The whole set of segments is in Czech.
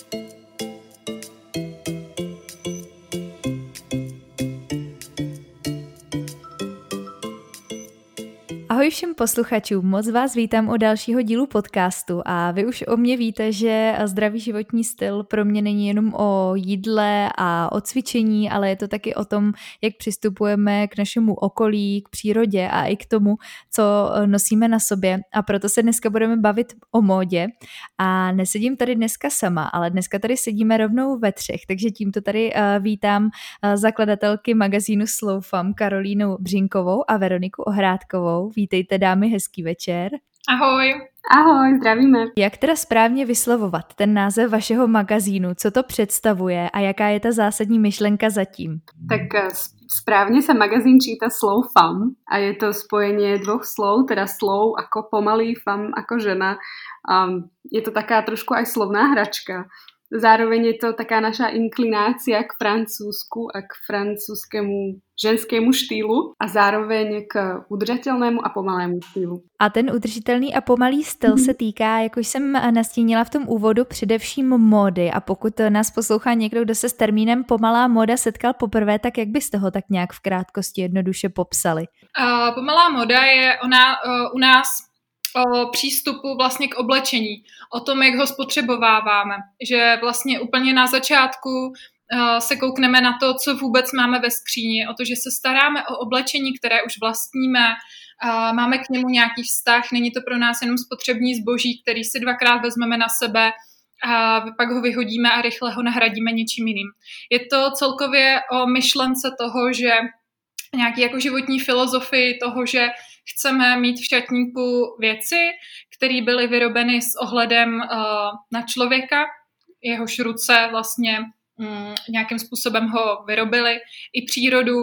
Ahoj všem posluchačům, moc vás vítám u dalšího dílu podcastu a vy už o mě víte, že zdravý životní styl pro mě není jenom o jídle a o cvičení, ale je to taky o tom, jak přistupujeme k našemu okolí, k přírodě a i k tomu, co nosíme na sobě. A proto se dneska budeme bavit o módě a nesedím tady dneska sama, ale dneska tady sedíme rovnou ve třech, takže tímto tady vítám zakladatelky magazínu Slowfam Karolínu Břínkovou a Veroniku Ohrádkovou. Vítejte dámy, hezký večer. Ahoj. Ahoj, zdravíme. Jak teda správně vyslovovat ten název vašeho magazínu, co to představuje a jaká je ta zásadní myšlenka zatím? Tak správne sa magazín číta Slowfam a je to spojenie dvoch slov, teda slow ako pomalý, fam ako žena. Je to taká trošku aj slovná hračka. Zároveň je to taká naša inklinácia k Francúzsku a k francúzskému ženskému štýlu a zároveň k udržateľnému a pomalému štýlu. A ten udržitelný a pomalý styl se týká, jako jsem nastínila v tom úvodu, především módy. A pokud nás poslouchá někdo, kdo se s termínem pomalá móda setkal poprvé, tak jak byste ho tak nějak v krátkosti jednoduše popsali? Pomalá móda je u nás o přístupu vlastně k oblečení, o tom, jak ho spotřebováváme, že vlastně úplně na začátku se koukneme na to, co vůbec máme ve skříni, o to, že se staráme o oblečení, které už vlastníme, máme k němu nějaký vztah, není to pro nás jenom spotřební zboží, který si dvakrát vezmeme na sebe a pak ho vyhodíme a rychle ho nahradíme něčím jiným. Je to celkově o myšlence toho, že nějaký jako životní filozofii toho, že chceme mít v šatníku věci, které byly vyrobeny s ohledem na člověka, jehož ruce vlastně nějakým způsobem ho vyrobily, i přírodu,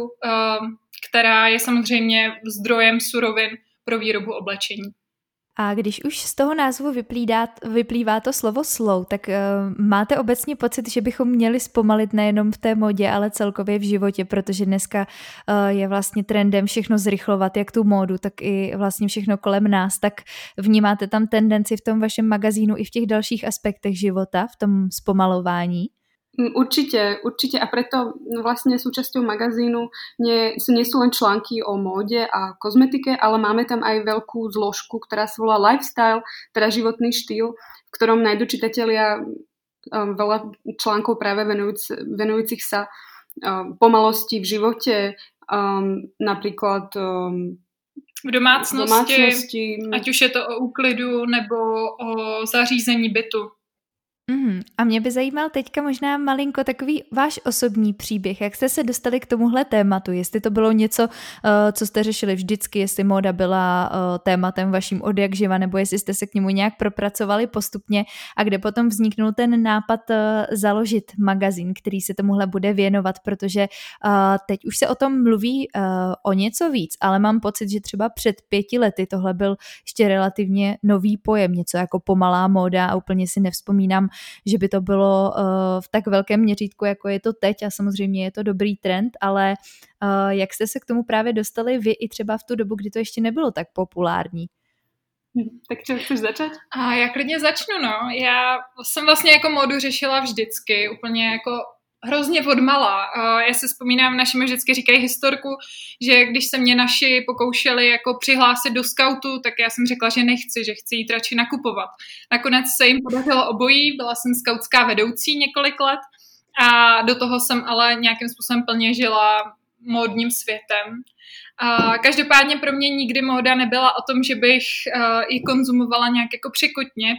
která je samozřejmě zdrojem surovin pro výrobu oblečení. A když už z toho názvu vyplývá to slovo slow, tak máte obecně pocit, že bychom měli zpomalit nejenom v té modě, ale celkově v životě, protože dneska je vlastně trendem všechno zrychlovat, jak tu módu, tak i vlastně všechno kolem nás. Tak vnímáte tam tendenci v tom vašem magazínu i v těch dalších aspektech života, v tom zpomalování? Určite a preto vlastne súčasťou magazínu nie sú len články o móde a kozmetike, ale máme tam aj veľkú zložku, ktorá sa volá lifestyle, teda životný štýl, v ktorom nájdu čitatelia veľa článkov práve venujúcich sa pomalosti v živote, napríklad v domácnosti, ať už je to o úklidu nebo o zařízení bytu. A mě by zajímal teďka možná malinko takový váš osobní příběh. Jak jste se dostali k tomuhle tématu? Jestli to bylo něco, co jste řešili vždycky, jestli móda byla tématem vaším od jak živa, nebo jestli jste se k němu nějak propracovali postupně a kde potom vzniknul ten nápad založit magazín, který se tomuhle bude věnovat, protože teď už se o tom mluví o něco víc, ale mám pocit, že třeba před 5 lety tohle byl ještě relativně nový pojem, něco jako pomalá móda a úplně si nevzpomínám, že by to bylo v tak velkém měřítku, jako je to teď a samozřejmě je to dobrý trend, ale jak jste se k tomu právě dostali vy i třeba v tu dobu, kdy to ještě nebylo tak populární? Tak čo, chceš začať? A já klidně začnu, no. Já jsem vlastně jako módu řešila vždycky, úplně jako hrozně odmala. Já si vzpomínám, naši mi vždycky říkají historku, že když se mě naši pokoušeli jako přihlásit do skautu, tak já jsem řekla, že nechci, že chci jít radši nakupovat. Nakonec se jim podařilo obojí, byla jsem skautská vedoucí několik let a do toho jsem ale nějakým způsobem plně žila módním světem. Každopádně pro mě nikdy móda nebyla o tom, že bych ji konzumovala nějak jako překotně.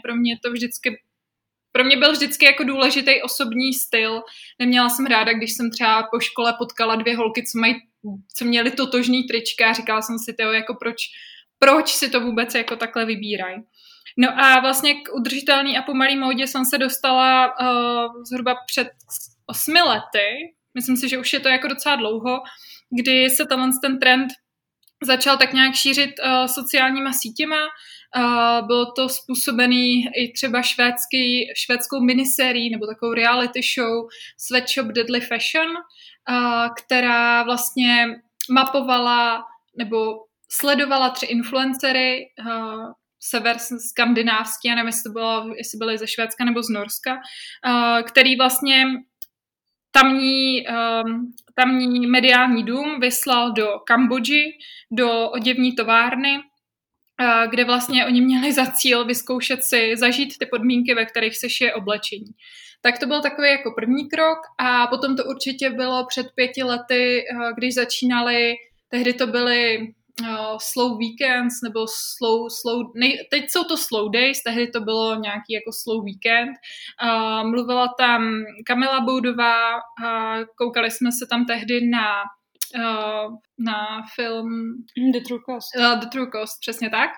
Pro mě byl vždycky jako důležitý osobní styl. Neměla jsem ráda, když jsem třeba po škole potkala 2 holky, co měly totožný trička a říkala jsem si, jako proč si to vůbec jako takhle vybírají. No a vlastně k udržitelný a pomalý módě jsem se dostala zhruba před 8 lety. Myslím si, že už je to jako docela dlouho, kdy se ten trend začal tak nějak šířit sociálníma sítěma. Bylo to způsobený i třeba švédskou minisérií nebo takovou reality show Sweatshop Deadly Fashion, která vlastně mapovala nebo sledovala 3 influencery, sever skandinávský, já nevím, jestli byly ze Švédska nebo z Norska, který vlastně tamní mediální dům vyslal do Kambodži, do oděvní továrny, kde vlastně oni měli za cíl vyzkoušet si zažít ty podmínky, ve kterých se šije oblečení. Tak to byl takový jako první krok a potom to určitě bylo před 5 lety, když začínali, tehdy to byly slow weekends nebo teď jsou to slow days, tehdy to bylo nějaký jako slow weekend. Mluvila tam Kamila Boudová, koukali jsme se tam tehdy na film The True Cost. The True Cost, přesně tak.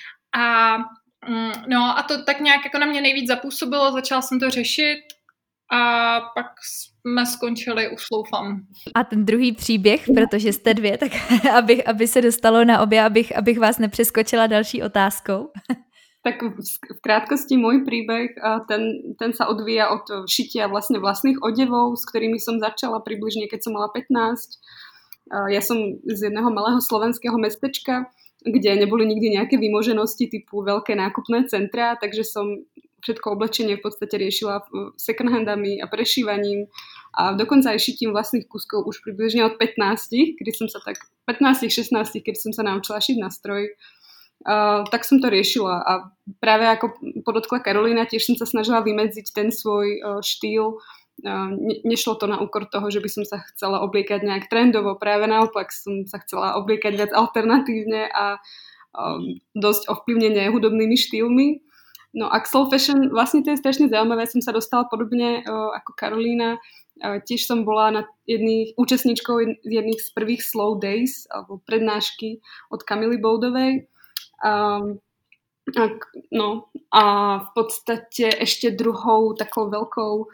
A to tak nějak jako na mě nejvíc zapůsobilo, začala jsem to řešit a pak jsme skončili u Slow Fun. A ten druhý příběh, protože jste 2, tak aby se dostalo na obě, abych vás nepřeskočila další otázkou. Tak v krátkosti môj príbeh, ten sa odvíja od šitia vlastne vlastných odevov, s ktorými som začala približne, keď som mala 15. Ja som z jedného malého slovenského mestečka, kde neboli nikdy nejaké vymoženosti typu veľké nákupné centrá, takže som všetko oblečenie v podstate riešila second handami a prešívaním a dokonca aj šitím vlastných kuskov už približne od 15, 15-16, keď som sa naučila šiť na stroj. Tak som to riešila a práve ako podotkla Karolína, tiež som sa snažila vymedziť ten svoj štýl. Nešlo to na úkor toho, že by som sa chcela obliekať nejak trendovo, práve naopak som sa chcela obliekať viac alternatívne a dosť ovplyvnené hudobnými štýlmi. No a k slow fashion, vlastne to je strašne zaujímavé, som sa dostala podobne ako Karolína. Tiež som bola účastníčkou jedných z prvých slow days alebo prednášky od Kamily Boudovej. A v podstate ešte druhou takou veľkou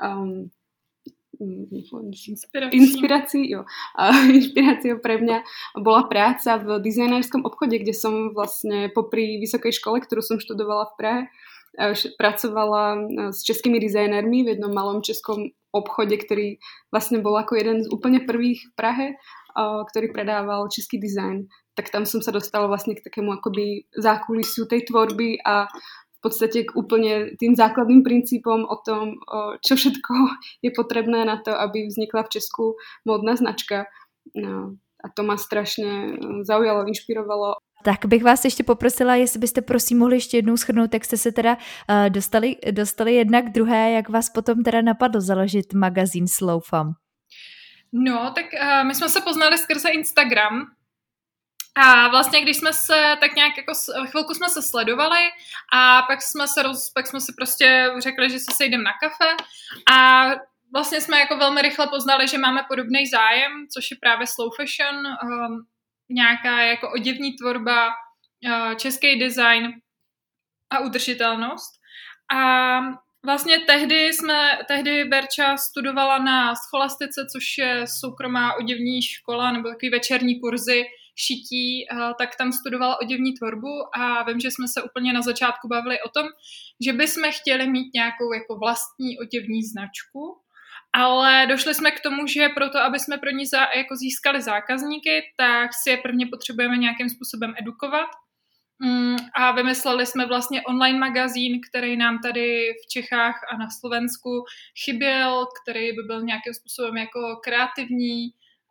inšpiráciou pre mňa bola práca v dizajnerskom obchode, kde som vlastne popri vysokej škole, ktorú som študovala v Prahe, pracovala s českými dizajnermi v jednom malom českom obchode, ktorý vlastne bol ako jeden z úplne prvých v Prahe, ktorý predával český dizajn. Tak tam som sa dostala vlastne k takému akoby zákulisiu tej tvorby a v podstate k úplne tým základným princípom o tom, čo všetko je potrebné na to, aby vznikla v Česku módna značka. No, a to ma strašne zaujalo, inšpirovalo. Tak bych vás ještě poprosila, jestli byste prosím mohli ještě jednou shrnout, jak jste se teda dostali jedna k druhé, jak vás potom teda napadlo založit magazín Slow Fun. No, tak my jsme se poznali skrze Instagram. A vlastně, když jsme se tak nějak jako chvilku jsme se sledovali a pak jsme si prostě řekli, že se sejdeme na kafe a vlastně jsme jako velmi rychle poznali, že máme podobný zájem, což je právě slow fashion, nějaká jako oděvní tvorba, český design a udržitelnost. A vlastně tehdy Berča studovala na Scholastice, což je soukromá oděvní škola nebo takový večerní kurzy šití, tak tam studovala oděvní tvorbu a vím, že jsme se úplně na začátku bavili o tom, že bychom chtěli mít nějakou jako vlastní oděvní značku, ale došli jsme k tomu, že proto, aby jsme pro ní jako získali zákazníky, tak si je prvně potřebujeme nějakým způsobem edukovat. A vymysleli jsme vlastně online magazín, který nám tady v Čechách a na Slovensku chyběl, který by byl nějakým způsobem jako kreativní,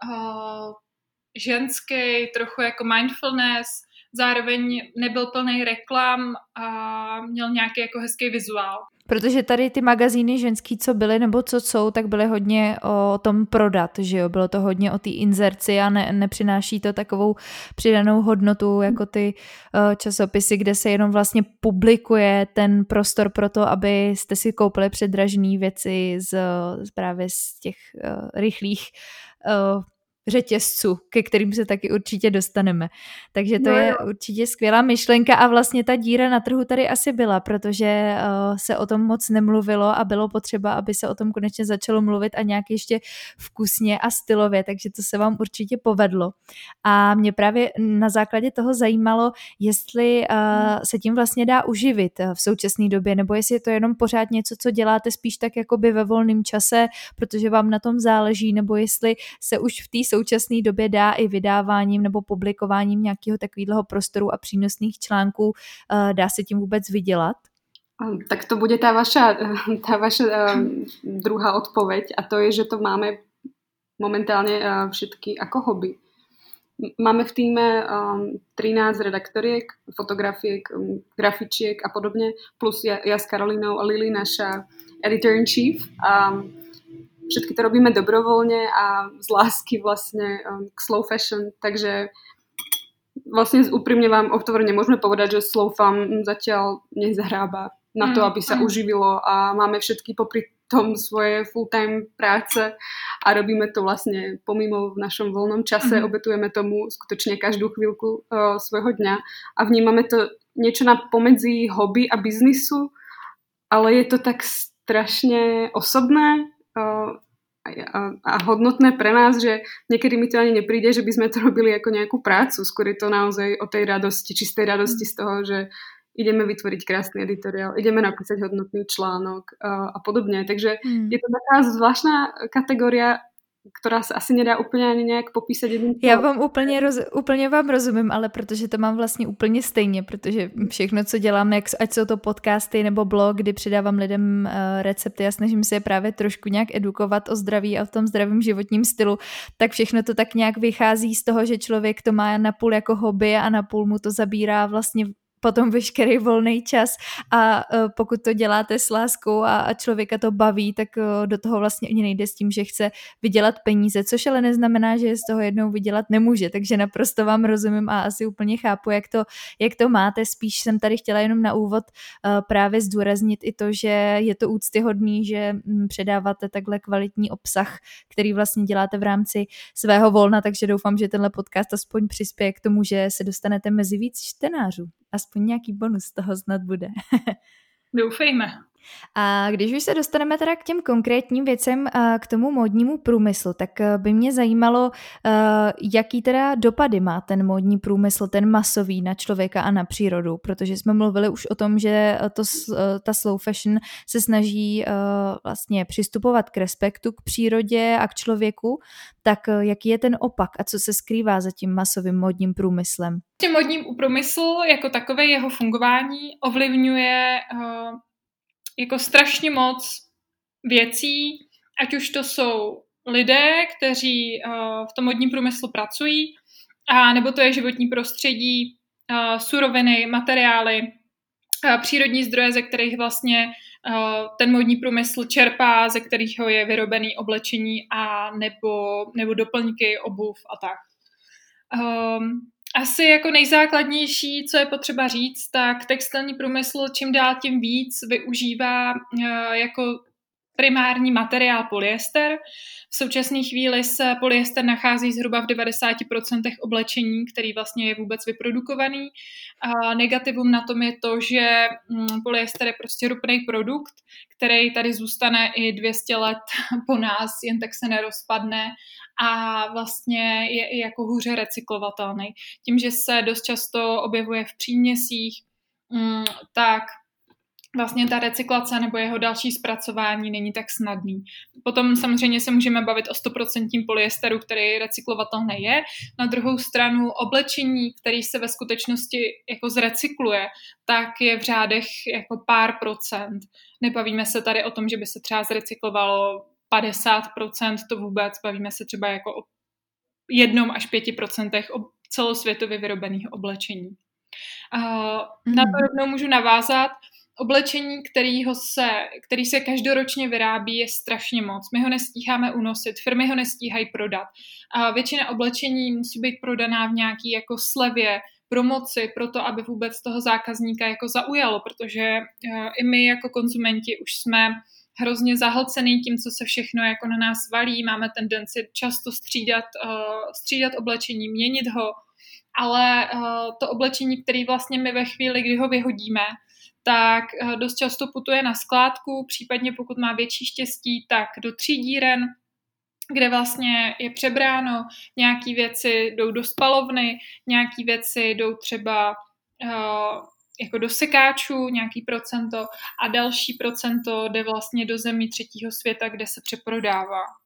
ženský, trochu jako mindfulness, zároveň nebyl plný reklam a měl nějaký jako hezký vizuál. Protože tady ty magazíny ženský, co byly nebo co jsou, tak byly hodně o tom prodat, že jo? Bylo to hodně o té inzerci a nepřináší to takovou přidanou hodnotu jako ty časopisy, kde se jenom vlastně publikuje ten prostor pro to, abyste si koupili předražené věci právě z těch rychlých řetězců, ke kterým se taky určitě dostaneme. Takže to je určitě skvělá myšlenka a vlastně ta díra na trhu tady asi byla, protože se o tom moc nemluvilo a bylo potřeba, aby se o tom konečně začalo mluvit a nějak ještě vkusně a stylově, takže to se vám určitě povedlo. A mě právě na základě toho zajímalo, jestli se tím vlastně dá uživit v současné době, nebo jestli je to jenom pořád něco, co děláte spíš tak jakoby ve volném čase, protože vám na tom záleží, nebo jestli se už v té současné době dá i vydáváním nebo publikováním nějakého takového prostoru a přínosných článků, dá se tím vůbec vydělat? Tak to bude tá vaša druhá odpoveď, a to je, že to máme momentálne všetky ako hobby. Máme v týme 13 redaktoriek, fotografiek, grafičiek a podobne, plus ja s Karolínou a Lili, naša editor-in-chief. Všetky to robíme dobrovoľne a z lásky vlastne k slow fashion, takže vlastne úprimne vám otvorene môžeme povedať, že slow fam zatiaľ nezahrába na to, aby sa uživilo, a máme všetky popri tom svoje full-time práce a robíme to vlastne pomimo v našom voľnom čase, obetujeme tomu skutočne každú chvíľku svojho dňa a vnímame to niečo na pomedzi hobby a biznisu, ale je to tak strašne osobné a hodnotné pre nás, že niekedy mi to ani nepríde, že by sme to robili ako nejakú prácu, skôr je to naozaj o tej radosti, čistej radosti z toho, že ideme vytvoriť krásny editoriál, ideme napísať hodnotný článok a podobne. Takže je to taká zvláštna kategória, která se asi nedá úplně ani nějak popísat jedním. Já vám úplně vám rozumím, ale protože to mám vlastně úplně stejně, protože všechno, co dělám, ať jsou to podcasty nebo blog, kdy přidávám lidem recepty a snažím se je právě trošku nějak edukovat o zdraví a o tom zdravém životním stylu, tak všechno to tak nějak vychází z toho, že člověk to má napůl jako hobby a napůl mu to zabírá vlastně potom veškerý volný čas, a pokud to děláte s láskou a člověka to baví, tak do toho vlastně ani nejde s tím, že chce vydělat peníze, což ale neznamená, že z toho jednou vydělat nemůže, takže naprosto vám rozumím a asi úplně chápu, jak to máte. Spíš jsem tady chtěla jenom na úvod právě zdůraznit i to, že je to úctyhodný, že předáváte takhle kvalitní obsah, který vlastně děláte v rámci svého volna, takže doufám, že tenhle podcast aspoň přispěje k tomu, že se dostanete mezi víc čtenářů. Aspoň nějaký bonus z toho snad bude. Doufejme. A když už se dostaneme teda k těm konkrétním věcem, k tomu módnímu průmyslu, tak by mě zajímalo, jaký teda dopady má ten módní průmysl, ten masový, na člověka a na přírodu, protože jsme mluvili už o tom, že ta slow fashion se snaží vlastně přistupovat k respektu k přírodě a k člověku, tak jaký je ten opak a co se skrývá za tím masovým módním průmyslem? Módní průmysl jako takové, jeho fungování ovlivňuje jako strašně moc věcí, ať už to jsou lidé, kteří v tom módním průmyslu pracují, a nebo to je životní prostředí, suroviny, materiály, přírodní zdroje, ze kterých vlastně ten módní průmysl čerpá, ze kterých je vyrobený oblečení a nebo doplňky, obuv a tak. Asi jako nejzákladnější, co je potřeba říct, tak textilní průmysl čím dál tím víc využívá jako primární materiál polyester. V současné chvíli se polyester nachází zhruba v 90% oblečení, který vlastně je vůbec vyprodukovaný. A negativum na tom je to, že polyester je prostě ropný produkt, který tady zůstane i 200 let po nás, jen tak se nerozpadne a vlastně je i jako hůře recyklovatelný. Tím, že se dost často objevuje v příměsích, tak vlastně ta recyklace nebo jeho další zpracování není tak snadný. Potom samozřejmě se můžeme bavit o 100% polyesteru, který recyklovatelný je. Na druhou stranu oblečení, který se ve skutečnosti jako zrecykluje, tak je v řádech jako pár procent. Nebavíme se tady o tom, že by se třeba zrecyklovalo 50%, to vůbec. Bavíme se třeba jako o 1 až 5% celosvětově vyrobených oblečení. Na to rovnou můžu navázat. Oblečení, který se každoročně vyrábí, je strašně moc. My ho nestíháme unosit, firmy ho nestíhají prodat. A většina oblečení musí být prodaná v nějaký jako slevě, promoci, proto aby vůbec toho zákazníka jako zaujalo, protože i my jako konzumenti už jsme hrozně zahlcený tím, co se všechno jako na nás valí. Máme tendenci často střídat oblečení, měnit ho, ale to oblečení, který vlastně my ve chvíli, kdy ho vyhodíme, tak dost často putuje na skládku, případně pokud má větší štěstí, tak do třídíren, kde vlastně je přebráno, nějaký věci jdou do spalovny, nějaký věci jdou třeba jako do sekáčů, nějaký procento, a další procento jde vlastně do zemí třetího světa, kde se přeprodává.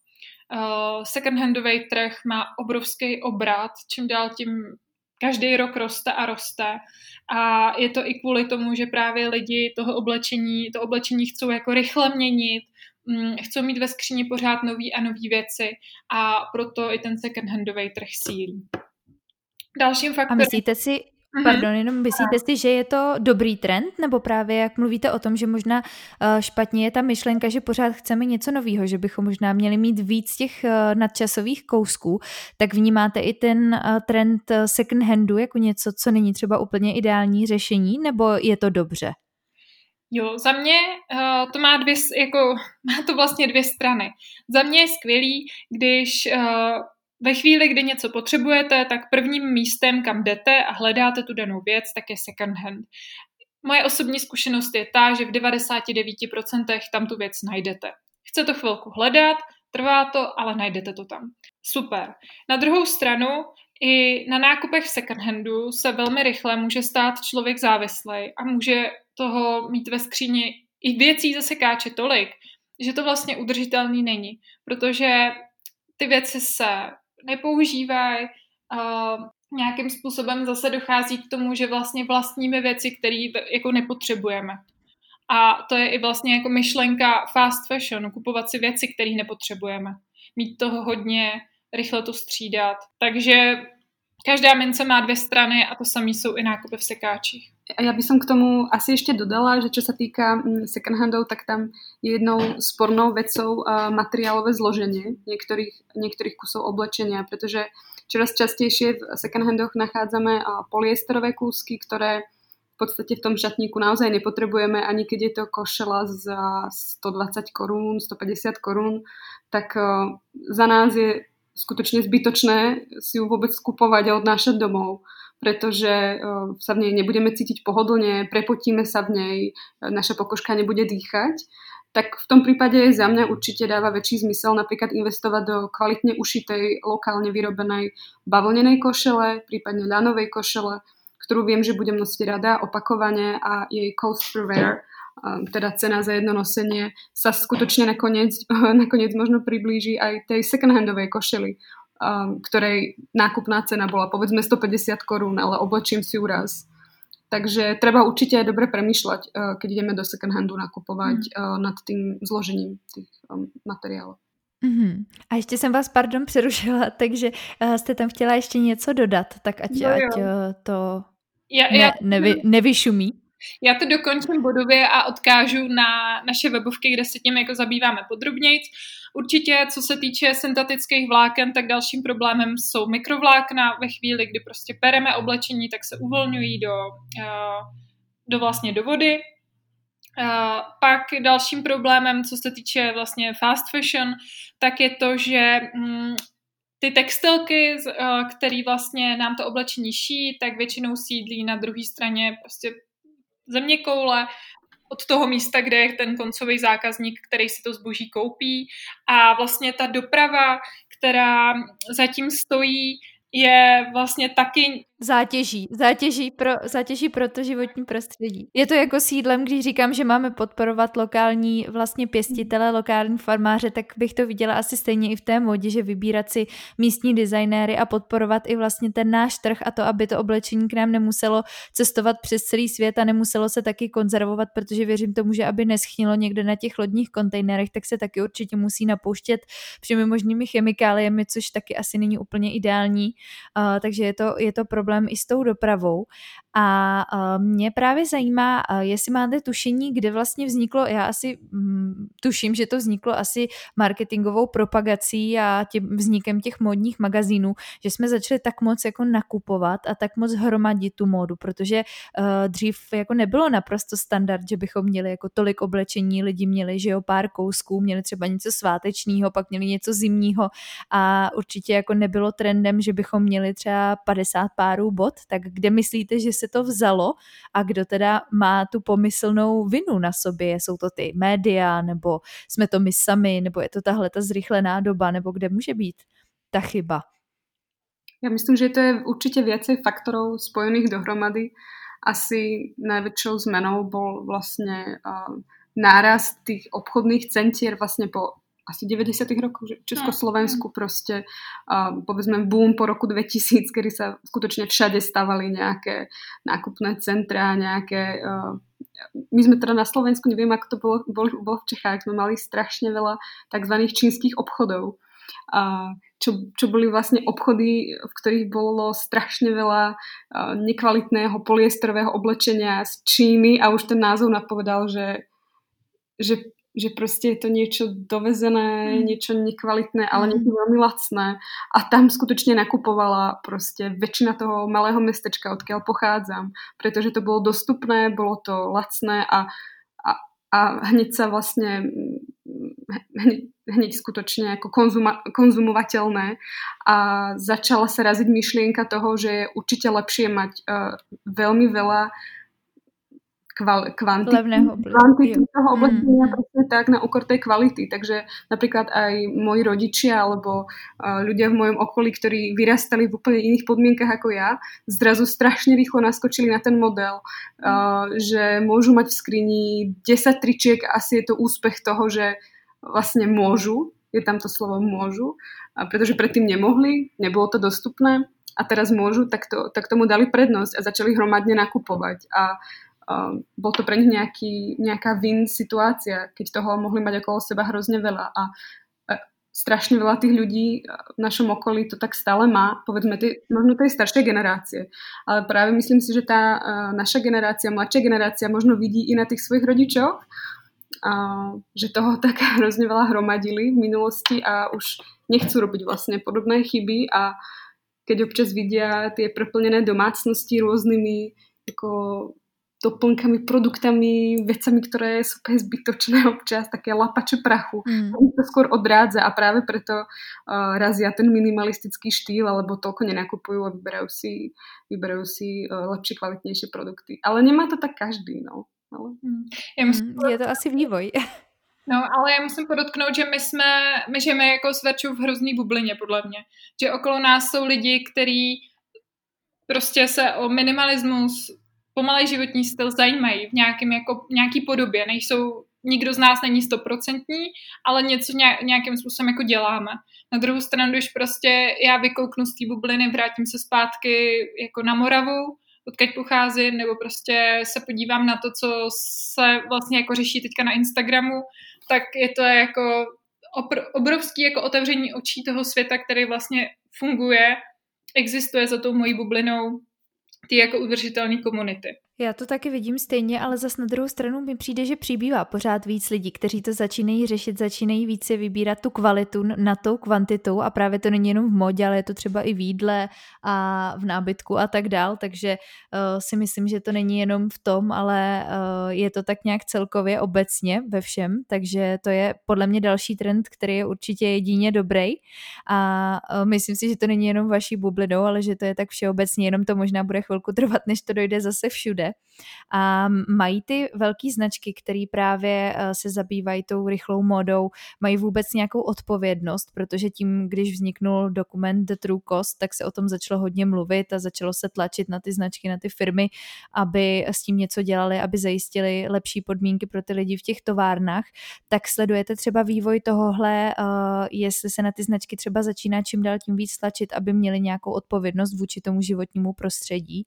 Secondhandový trh má obrovský obrat, čím dál tím každý rok roste a roste. A je to i kvůli tomu, že právě lidi to oblečení chcou jako rychle měnit, chcou mít ve skříni pořád nový a nový věci a proto i ten secondhandový trh sílí. Dalším faktorem... A myslíte si, myslíte si, že je to dobrý trend, nebo právě jak mluvíte o tom, že možná špatně je ta myšlenka, že pořád chceme něco nového, že bychom možná měli mít víc těch nadčasových kousků, tak vnímáte i ten trend second handu jako něco, co není třeba úplně ideální řešení, nebo je to dobře? Jo, za mě to má to vlastně dvě strany. Za mě je skvělý, když ve chvíli, kdy něco potřebujete, tak prvním místem, kam jdete a hledáte tu danou věc, tak je second hand. Moje osobní zkušenost je ta, že v 99% tam tu věc najdete. Chce to chvilku hledat, trvá to, ale najdete to tam. Super. Na druhou stranu, i na nákupech v second handu se velmi rychle může stát člověk závislý a může toho mít ve skříni i věcí ze sekáče tolik, že to vlastně udržitelný není, protože ty věci se nepoužívají, nějakým způsobem zase dochází k tomu, že vlastně vlastníme věci, které jako nepotřebujeme. A to je i vlastně jako myšlenka fast fashion, kupovat si věci, které nepotřebujeme. Mít toho hodně, rychle to střídat. Takže každá mince má dvě strany a to samé jsou i nákupy v sekáčích. A ja by som k tomu asi ešte dodala, že čo sa týka second handov, tak tam je jednou spornou vecou materiálové zloženie niektorých kusov oblečenia, pretože čoraz častejšie v second handoch nachádzame polyesterové kúsky, ktoré v podstate v tom šatníku naozaj nepotrebujeme, ani keď je to košela za 120 korún, 150 korún, tak za nás je skutočne zbytočné si ju vôbec skupovať a odnášať domov, pretože sa v nej nebudeme cítiť pohodlne, prepotíme sa v nej, naša pokožka nebude dýchať, tak v tom prípade za mňa určite dáva väčší zmysel napríklad investovať do kvalitne ušitej, lokálne vyrobenej bavlnenej košele, prípadne ľanovej košele, ktorú viem, že budem nosiť rada opakovane a jej cost per wear, teda cena za jedno nosenie, sa skutočne nakoniec možno priblíži aj tej second-handovej košeli, ktorej nákupná cena bola povedzme 150 korún, ale oblečím si ju raz. Takže treba určite aj dobre premýšľať, keď ideme do second-handu nakupovať nad tým zložením tých materiálov. A ještě jsem vás, přerušila, takže jste tam chtěla ještě něco dodat, tak ať to nevyšumí. Já to dokončím bodově a odkážu na naše webovky, kde se tím jako zabýváme podrobněji. Určitě, co se týče syntetických vláken, tak dalším problémem jsou mikrovlákna. Ve chvíli, kdy prostě pereme oblečení, tak se uvolňují do vody. Pak dalším problémem, co se týče vlastně fast fashion, tak je to, že ty textilky, které vlastně nám to oblečení šijí, tak většinou sídlí na druhé straně prostě zeměkoule od toho místa, kde je ten koncový zákazník, který si to zboží koupí. A vlastně ta doprava, která zatím stojí, je vlastně taky zátěží pro to životní prostředí. Je to jako sídlem, když říkám, že máme podporovat lokální vlastně pěstitele, lokální farmáře, tak bych to viděla asi stejně i v té modě, že vybírat si místní designéry a podporovat i vlastně ten náš trh a to, aby to oblečení k nám nemuselo cestovat přes celý svět a nemuselo se taky konzervovat, protože věřím tomu, že aby neschnilo někde na těch lodních kontejnerech, tak se taky určitě musí napouštět všemi možnými chemikáliemi, což taky asi není úplně ideální. Takže je to problém i s tou dopravou. A mě právě zajímá, jestli máte tušení, kde vlastně vzniklo, já asi tuším, že to vzniklo asi marketingovou propagací a tím vznikem těch módních magazínů, že jsme začali tak moc jako nakupovat a tak moc hromadit tu módu, protože dřív jako nebylo naprosto standard, že bychom měli jako tolik oblečení, lidi měli, že jo, pár kousků, měli třeba něco svátečního, pak měli něco zimního a určitě jako nebylo trendem, že bychom měli třeba 50 párů bot, tak kde myslíte, že se to vzalo a kdo teda má tu pomyslnou vinu na sobě? Jsou to ty média, nebo jsme to my sami, nebo je to tahle ta zrychlená doba, nebo kde může být ta chyba? Ja myslím, že to je určite viacej faktorov spojených dohromady. Asi najväčšou zmenou bol vlastne nárast tých obchodných centier vlastne po asi 90. rokov v Československu proste, povedzme boom po roku 2000, kedy sa skutočne všade stavali nejaké nákupné centrá, nejaké... My sme teda na Slovensku, neviem, ako to bolo v Čechách, sme mali strašne veľa takzvaných čínskych obchodov, čo boli vlastne obchody, v ktorých bolo strašne veľa nekvalitného polyesterového oblečenia z Číny a už ten názov napovedal, že proste je to niečo dovezené, niečo nekvalitné, ale niečo veľmi lacné. A tam skutočne nakupovala proste väčšina toho malého mestečka, odkiaľ pochádzam, pretože to bolo dostupné, bolo to lacné a hneď sa vlastne hneď skutočne ako konzumovateľné a začala sa raziť myšlienka toho, že je určite lepšie mať veľmi veľa kvantity toho oblečenia presne tak na úkor tej kvality. Takže napríklad aj moji rodičia alebo ľudia v mojom okolí, ktorí vyrastali v úplne iných podmienkach ako ja, zrazu strašne rýchlo naskočili na ten model, že môžu mať v skrini 10 tričiek a asi je to úspech toho, že vlastne môžu, je tam to slovo môžu, pretože predtým nemohli, nebolo to dostupné a teraz môžu, tak tomu dali prednosť a začali hromadne nakupovať a bol to pre nich nejaká win situácia, keď toho mohli mať okolo seba hrozne veľa a strašne veľa tých ľudí v našom okolí to tak stále má, povedzme možno tej staršej generácie, ale práve myslím si, že tá naša generácia, mladšia generácia možno vidí i na tých svojich rodičoch, že toho tak hrozne veľa hromadili v minulosti a už nechcú robiť vlastne podobné chyby a keď občas vidia tie preplnené domácnosti rôznymi ako doplnkami, produktami, vecami, ktoré sú úplne zbytočné občas, také lapače prachu. To skôr odrádza a práve preto razia ten minimalistický štýl, alebo toľko nenakupujú a vyberajú si lepšie, kvalitnejšie produkty. Ale nemá to tak každý, no. Ale... Je to asi vývoj. No, ale já musím podotknout, že my žijeme jako s Verčou v hrozný bublině, podle mě. Že okolo nás jsou lidi, kteří prostě se o minimalismus, pomalej životní styl zajímají v nějaký podobě. Nikdo z nás není 100%, ale něco nějakým způsobem jako děláme. Na druhou stranu, když prostě já vykouknu z té bubliny, vrátím se zpátky jako na Moravu, odkud pocházím, nebo prostě se podívám na to, co se vlastně jako řeší teďka na Instagramu, tak je to jako obrovský jako otevření očí toho světa, který vlastně funguje, existuje za tou mojí bublinou ty jako udržitelné komunity. Já to taky vidím stejně, ale zas na druhou stranu mi přijde, že přibývá pořád víc lidí, kteří to začínají řešit, začínají více vybírat tu kvalitu nad tou kvantitou a právě to není jenom v modě, ale je to třeba i v jídle a v nábytku a tak dál, takže si myslím, že to není jenom v tom, ale je to tak nějak celkově obecně ve všem, takže to je podle mě další trend, který je určitě jedině dobrý a myslím si, že to není jenom vaší bublinou, ale že to je tak všeobecně, jenom to možná bude chvilku trvat, než to dojde zase všude. A mají ty velký značky, které právě se zabývají tou rychlou módou, mají vůbec nějakou odpovědnost, protože tím, když vzniknul dokument The True Cost, tak se o tom začalo hodně mluvit a začalo se tlačit na ty značky, na ty firmy, aby s tím něco dělali, aby zajistili lepší podmínky pro ty lidi v těch továrnách. Tak sledujete třeba vývoj tohohle, jestli se na ty značky třeba začíná čím dál tím víc tlačit, aby měli nějakou odpovědnost vůči tomu životnímu prostředí?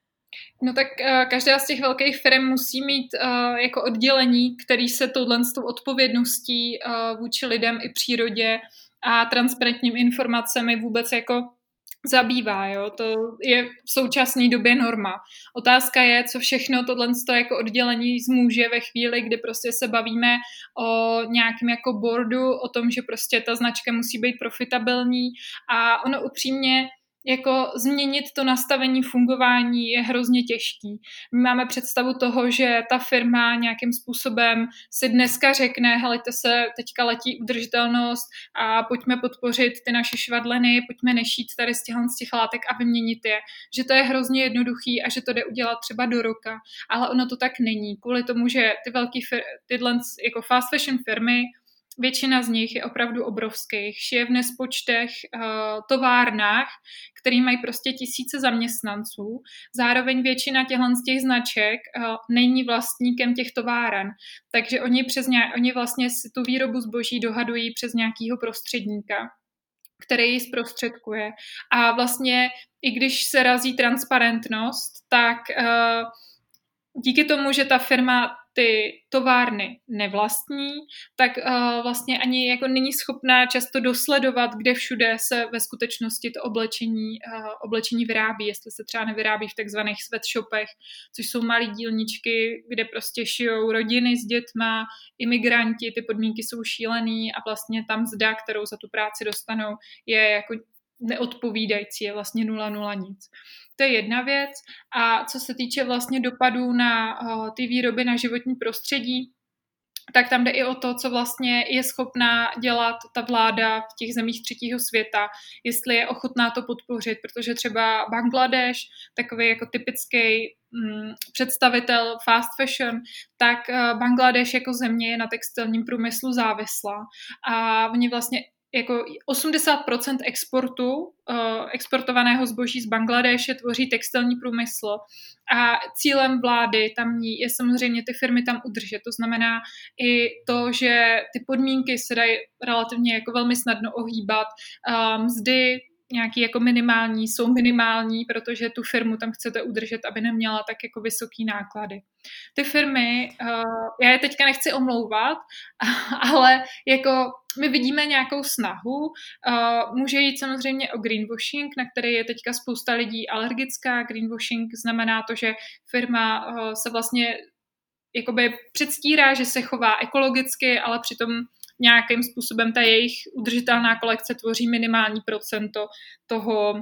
No tak každá z těch velkých firm musí mít jako oddělení, který se touhle s tou odpovědností vůči lidem i přírodě a transparentním informacemi vůbec jako zabývá. Jo? To je v současné době norma. Otázka je, co všechno tohle jako oddělení zmůže ve chvíli, kdy prostě se bavíme o nějakém jako boardu, o tom, že prostě ta značka musí být profitabilní a ono upřímně jako změnit to nastavení fungování je hrozně těžký. My máme představu toho, že ta firma nějakým způsobem si dneska řekne, helejte se, teďka letí udržitelnost a pojďme podpořit ty naše švadleny, pojďme nešít tady z těch látek a vyměnit je. Že to je hrozně jednoduchý a že to jde udělat třeba do roka. Ale ono to tak není. Kvůli tomu, že ty velký tyhle jako fast fashion firmy většina z nich je opravdu obrovských, šije v nespočtech továrnách, který mají prostě tisíce zaměstnanců. Zároveň většina z těch značek není vlastníkem těch továren, takže oni vlastně si tu výrobu zboží dohadují přes nějakého prostředníka, který ji zprostředkuje. A vlastně i když se razí transparentnost, tak díky tomu, že ta firma ty továrny nevlastní, tak vlastně ani jako není schopná často dosledovat, kde všude se ve skutečnosti to oblečení vyrábí, jestli se třeba nevyrábí v takzvaných sweatshopech, což jsou malé dílničky, kde prostě šijou rodiny s dětma, imigranti, ty podmínky jsou šílený a vlastně tam mzda, kterou za tu práci dostanou, je jako neodpovídající, je vlastně 0,0 nic. To je jedna věc. A co se týče vlastně dopadů na ty výroby na životní prostředí, tak tam jde i o to, co vlastně je schopná dělat ta vláda v těch zemích třetího světa, jestli je ochotná to podpořit, protože třeba Bangladeš, takový jako typický představitel fast fashion, tak Bangladeš jako země je na textilním průmyslu závislá a oni vlastně jako 80% exportovaného zboží z Bangladéše tvoří textilní průmysl a cílem vlády tamní je samozřejmě ty firmy tam udržet. To znamená i to, že ty podmínky se dají relativně jako velmi snadno ohýbat. Mzdy nějaký jako minimální jsou minimální, protože tu firmu tam chcete udržet, aby neměla tak jako vysoký náklady. Ty firmy, já je teďka nechci omlouvat, ale jako my vidíme nějakou snahu, může jít samozřejmě o greenwashing, na který je teďka spousta lidí alergická. Greenwashing znamená to, že firma se vlastně jakoby předstírá, že se chová ekologicky, ale přitom nějakým způsobem ta jejich udržitelná kolekce tvoří minimální procento toho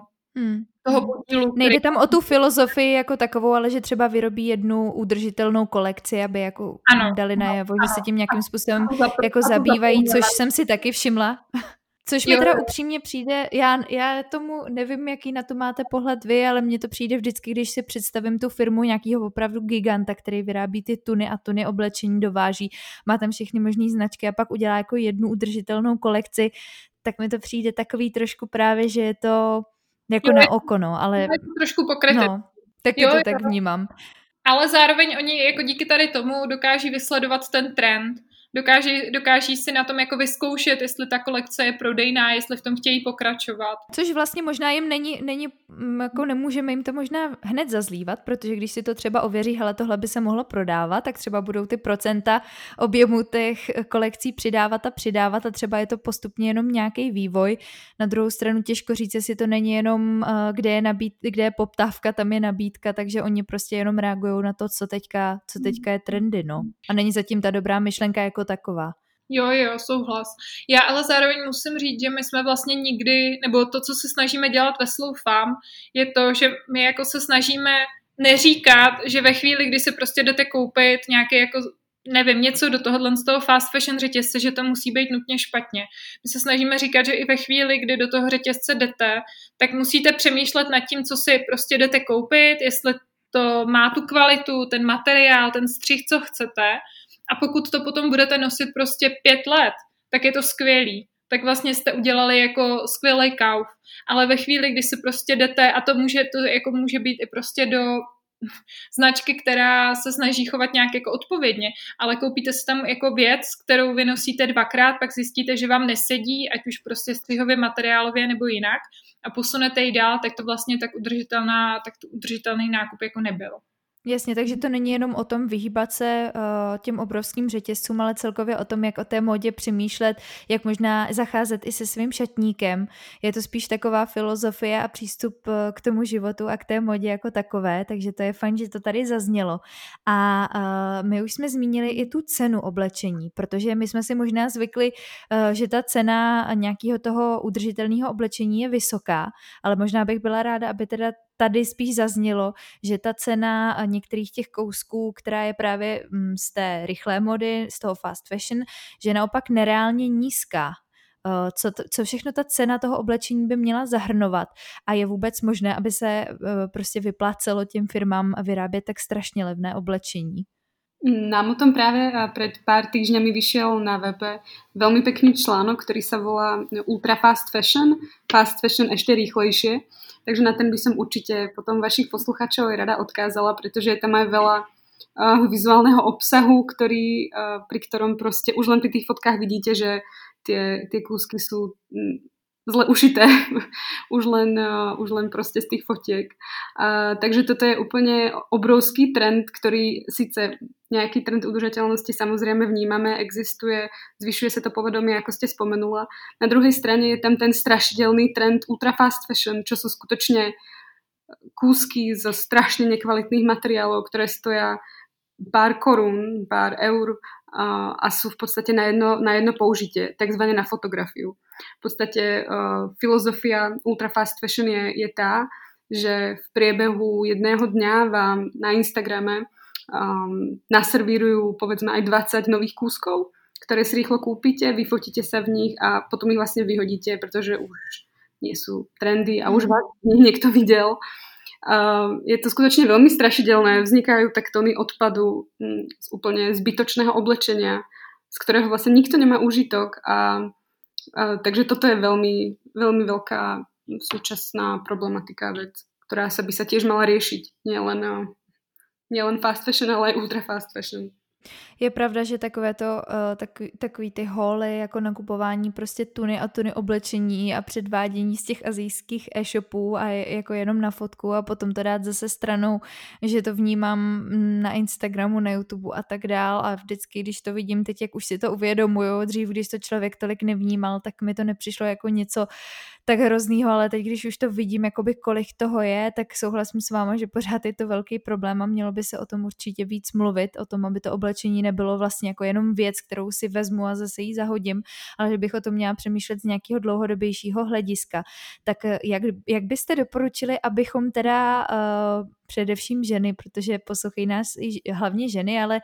podílu. Nejde tam o tu filozofii jako takovou, ale že třeba vyrobí jednu udržitelnou kolekci, aby jako dali najevo, že se tím nějakým způsobem jako zabývají, což jsem si taky všimla. Což mi teda upřímně přijde, já tomu nevím, jaký na to máte pohled vy, ale mně to přijde vždycky, když si představím tu firmu nějakého opravdu giganta, který vyrábí ty tuny a tuny oblečení, dováží, má tam všechny možný značky a pak udělá jako jednu udržitelnou kolekci, tak mi to přijde takový trošku právě, že je to jako na oko, no, ale... Je to trošku pokryté. No, taky to tak vnímám. Ale zároveň oni jako díky tady tomu dokáží vysledovat ten trend, dokáží si na tom jako vyzkoušet, jestli ta kolekce je prodejná, jestli v tom chtějí pokračovat. Což vlastně možná jim není jako nemůžeme jim to možná hned zazlívat, protože když si to třeba ověří, hele, tohle by se mohlo prodávat, tak třeba budou ty procenta objemu těch kolekcí přidávat a třeba je to postupně jenom nějaký vývoj. Na druhou stranu těžko říct, jestli to není jenom, kde je poptávka, tam je nabídka, takže oni prostě jenom reagují na to, co teďka je trendy, no. A není zatím ta dobrá myšlenka jako taková. Jo, souhlas. Já ale zároveň musím říct, že my jsme vlastně nikdy, nebo to, co se snažíme dělat ve Slow Farm, je to, že my jako se snažíme neříkat, že ve chvíli, kdy si prostě jdete koupit nějaký jako nevím, něco do tohohle z toho fast fashion řetězce, že to musí být nutně špatně. My se snažíme říkat, že i ve chvíli, kdy do toho řetězce jdete, tak musíte přemýšlet nad tím, co si prostě jdete koupit, jestli to má tu kvalitu, ten materiál, ten střih, co chcete. A pokud to potom budete nosit prostě 5 let, tak je to skvělý. Tak vlastně jste udělali jako skvělý kauf. Ale ve chvíli, kdy si prostě jdete, a to může být i prostě do značky, která se snaží chovat nějak jako odpovědně, ale koupíte si tam jako věc, kterou vy nosíte 2krát, pak zjistíte, že vám nesedí, ať už prostě střihově, materiálově nebo jinak a posunete ji dál, tak to vlastně tak udržitelný nákup jako nebyl. Jasně, takže to není jenom o tom vyhýbat se těm obrovským řetězcům, ale celkově o tom, jak o té módě přemýšlet, jak možná zacházet i se svým šatníkem. Je to spíš taková filozofie a přístup k tomu životu a k té módě jako takové, takže to je fajn, že to tady zaznělo. A my už jsme zmínili i tu cenu oblečení, protože my jsme si možná zvykli, že ta cena nějakého toho udržitelného oblečení je vysoká, ale možná bych byla ráda, aby teda tady spíš zaznělo, že ta cena některých těch kousků, která je právě z té rychlé mody, z toho fast fashion, že je naopak nereálně nízká. Co všechno ta cena toho oblečení by měla zahrnovat a je vůbec možné, aby se prostě vyplácelo těm firmám vyrábět tak strašně levné oblečení? Nám o tom práve pred pár týždňami vyšiel na webe veľmi pekný článok, ktorý sa volá Ultra Fast Fashion ešte rýchlejšie. Takže na ten by som určite potom vašich posluchačov aj rada odkázala, pretože je tam aj veľa vizuálneho obsahu, pri ktorom proste už len pri tých fotkách vidíte, že tie kúsky sú zle ušité, už len proste z tých fotiek. Takže toto je úplne obrovský trend, ktorý síce nejaký trend udržateľnosti samozrejme vnímame, existuje, zvyšuje sa to povedomie, ako ste spomenula. Na druhej strane je tam ten strašidelný trend ultra fast fashion, čo sú skutočne kúsky zo strašne nekvalitných materiálov, ktoré stoja pár korún, pár eur a sú v podstate na jedno použitie, takzvané na fotografiu. V podstate filozofia ultra fast fashion je tá, že v priebehu jedného dňa vám na Instagrame naservírujú povedzme aj 20 nových kúskov, ktoré si rýchlo kúpite, vyfotíte sa v nich a potom ich vlastne vyhodíte, pretože už nie sú trendy a už vás niekto videl. Je to skutočne veľmi strašidelné. Vznikajú tak tony odpadu z úplne zbytočného oblečenia, z ktorého vlastne nikto nemá úžitok. Takže toto je veľmi, veľmi veľká súčasná problematika, vec, ktorá by sa tiež mala riešiť. Nielen fast fashion, ale aj ultra fast fashion. Je pravda, že takový ty holy, jako nakupování prostě tuny a tuny oblečení a předvádění z těch asijských e-shopů a jako jenom na fotku a potom to dát zase stranou, že to vnímám na Instagramu, na YouTube a tak dál a vždycky, když to vidím teď, jak už si to uvědomuju, dřív, když to člověk tolik nevnímal, tak mi to nepřišlo jako něco tak hroznýho, ale teď, když už to vidím, jakoby kolik toho je, tak souhlasím s váma, že pořád je to velký problém a mělo by se o tom určitě víc mluvit, o tom, aby to oblečení nebylo vlastně jako jenom věc, kterou si vezmu a zase ji zahodím, ale že bych o tom měla přemýšlet z nějakého dlouhodobějšího hlediska. Tak jak byste doporučili, abychom teda především ženy, protože poslouchají nás hlavně ženy, ale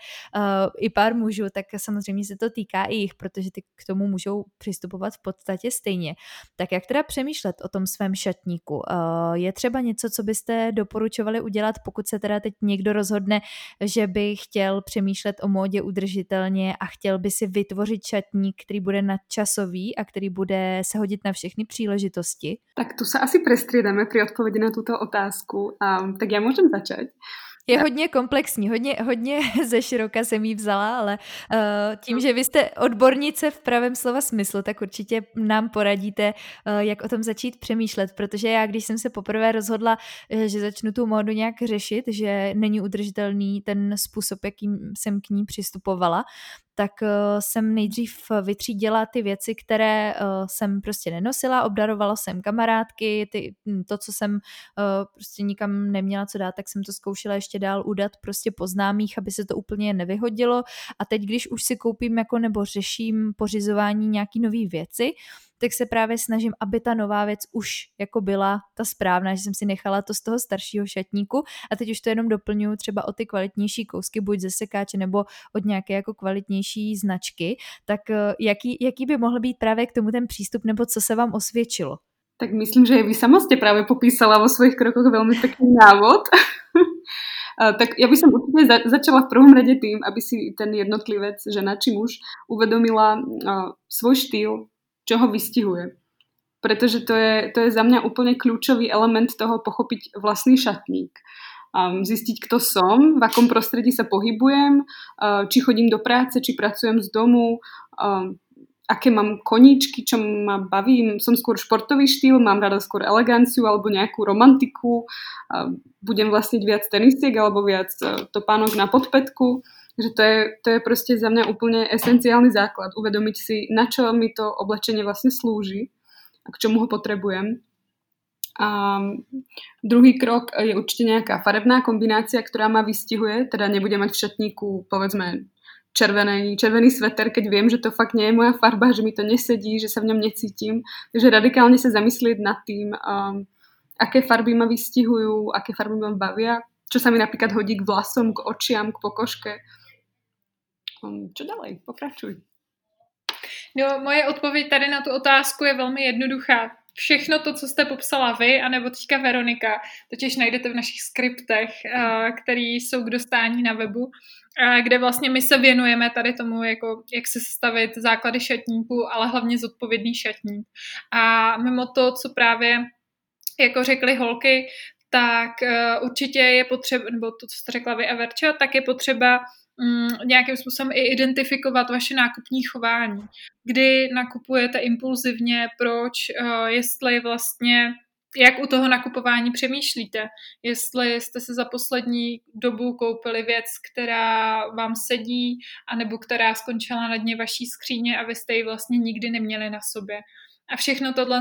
i pár mužů, tak samozřejmě se to týká i jich, protože ty k tomu můžou přistupovat v podstatě stejně. Tak jak teda přemýšlet o tom svém šatníku? Je třeba něco, co byste doporučovali udělat, pokud se teda teď někdo rozhodne, že by chtěl přemýšlet o módě udržitelně a chtěl by si vytvořit šatník, který bude nadčasový a který bude se hodit na všechny příležitosti? Tak tu sa asi prestriedame pri odpovedi na túto otázku. Tak ja môžem začať. Je hodně komplexní, hodně ze široka jsem jí vzala, ale tím, že vy jste odbornice v pravém slova smyslu, tak určitě nám poradíte, jak o tom začít přemýšlet, protože já, když jsem se poprvé rozhodla, že začnu tu módu nějak řešit, že není udržitelný ten způsob, jakým jsem k ní přistupovala, tak jsem nejdřív vytřídila ty věci, které jsem prostě nenosila, obdarovala jsem kamarádky, to, co jsem prostě nikam neměla co dát, tak jsem to zkoušela ještě dál udat prostě po známých, aby se to úplně nevyhodilo a teď, když už si koupím nebo řeším pořizování nějaký nový věci, tak se právě snažím, aby ta nová věc už jako byla ta správná, že jsem si nechala to z toho staršího šatníku a teď už to jenom doplňuji třeba o ty kvalitnější kousky, buď ze sekáče nebo od nějaké jako kvalitnější značky, tak jaký by mohl být právě k tomu ten přístup nebo co se vám osvědčilo? Tak myslím, že vy sama ste práve popísala vo svojich krokoch veľmi pekný návod. Tak ja by som určite začala v prvom rade tým, aby si ten jednotlivec, žena či muž, uvedomila svoj štýl, čo ho vystihuje. Pretože to je za mňa úplne kľúčový element toho pochopiť vlastný šatník. Zistiť, kto som, v akom prostredí sa pohybujem, či chodím do práce, či pracujem z domu, aké mám koníčky, čo ma baví. Som skôr športový štýl, mám rada skôr eleganciu alebo nejakú romantiku. Budem vlastniť viac tenisiek alebo viac topánok na podpätku. Takže to je proste za mňa úplne esenciálny základ. Uvedomiť si, na čo mi to oblečenie vlastne slúži a k čomu ho potrebujem. A druhý krok je určite nejaká farebná kombinácia, ktorá ma vystihuje. Teda nebudem mať v šatníku, povedzme, červený sveter, keď viem, že to fakt nie je moja farba, že mi to nesedí, že sa v ňom necítim. Takže radikálne sa zamyslieť nad tým, aké farby ma vystihujú, aké farby ma bavia, čo sa mi napríklad hodí k vlasom, k očiam, k pokožke. Čo ďalej? Pokračuj. No, moje odpověď tady na tu otázku je velmi jednoduchá. všechno to, co jste popsala vy, anebo teďka Veronika, totiž najdete v našich skriptech, které jsou k dostání na webu, kde vlastně my se věnujeme tady tomu, jako, jak se sestavit základy šatníku, ale hlavně zodpovědný šatník. A mimo to, co právě jako řekly holky, tak určitě je potřeba, nebo to, co jste řekla vy, Everča, tak je potřeba nějakým způsobem i identifikovat vaše nákupní chování. Kdy nakupujete impulzivně, proč, jestli vlastně, jak u toho nakupování přemýšlíte. Jestli jste se za poslední dobu koupili věc, která vám sedí, anebo která skončila na dně vaší skříně a vy jste ji vlastně nikdy neměli na sobě. A všechno tohle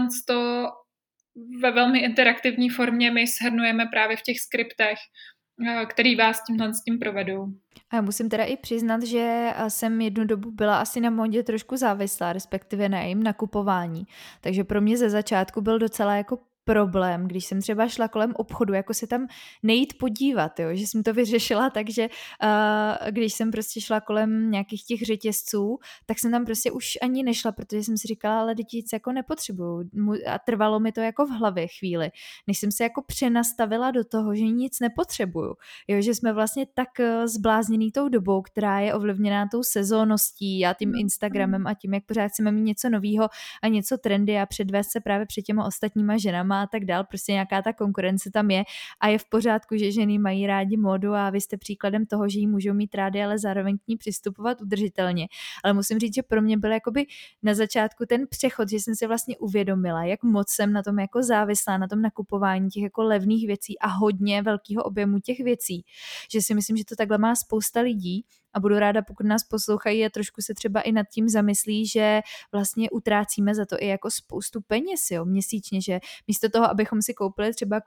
ve velmi interaktivní formě my shrnujeme právě v těch skriptech, který vás tímhle s tím provedou. A já musím teda i přiznat, že jsem jednu dobu byla asi na módě trošku závislá, respektive na jejím nakupování. Takže pro mě ze začátku byl docela jako problém, když jsem třeba šla kolem obchodu, jako se tam nejít podívat, jo? Že jsem to vyřešila, takže když jsem prostě šla kolem nějakých těch řetězců, tak jsem tam prostě už ani nešla, protože jsem si říkala, ale děti jako nepotřebuju. A trvalo mi to jako v hlavě chvíli, než jsem se jako přenastavila do toho, že nic nepotřebuju. Jo? Že jsme vlastně tak zblázněný tou dobou, která je ovlivněná tou sezónností a tím Instagramem a tím, jak pořád chceme mít něco novýho a něco trendy a předvést se právě před těma ostatníma ženama a tak dál, prostě nějaká ta konkurence tam je a je v pořádku, že ženy mají rádi módu a vy jste příkladem toho, že ji můžou mít rádi, ale zároveň k ní přistupovat udržitelně. Ale musím říct, že pro mě byl jakoby na začátku ten přechod, že jsem si vlastně uvědomila, jak moc jsem na tom jako závislá, na tom nakupování těch jako levných věcí a hodně velkého objemu těch věcí, že si myslím, že to takhle má spousta lidí a budu ráda, pokud nás poslouchají a trošku se třeba i nad tím zamyslí, že vlastně utrácíme za to i jako spoustu peněz, jo, měsíčně, že místo toho, abychom si koupili třeba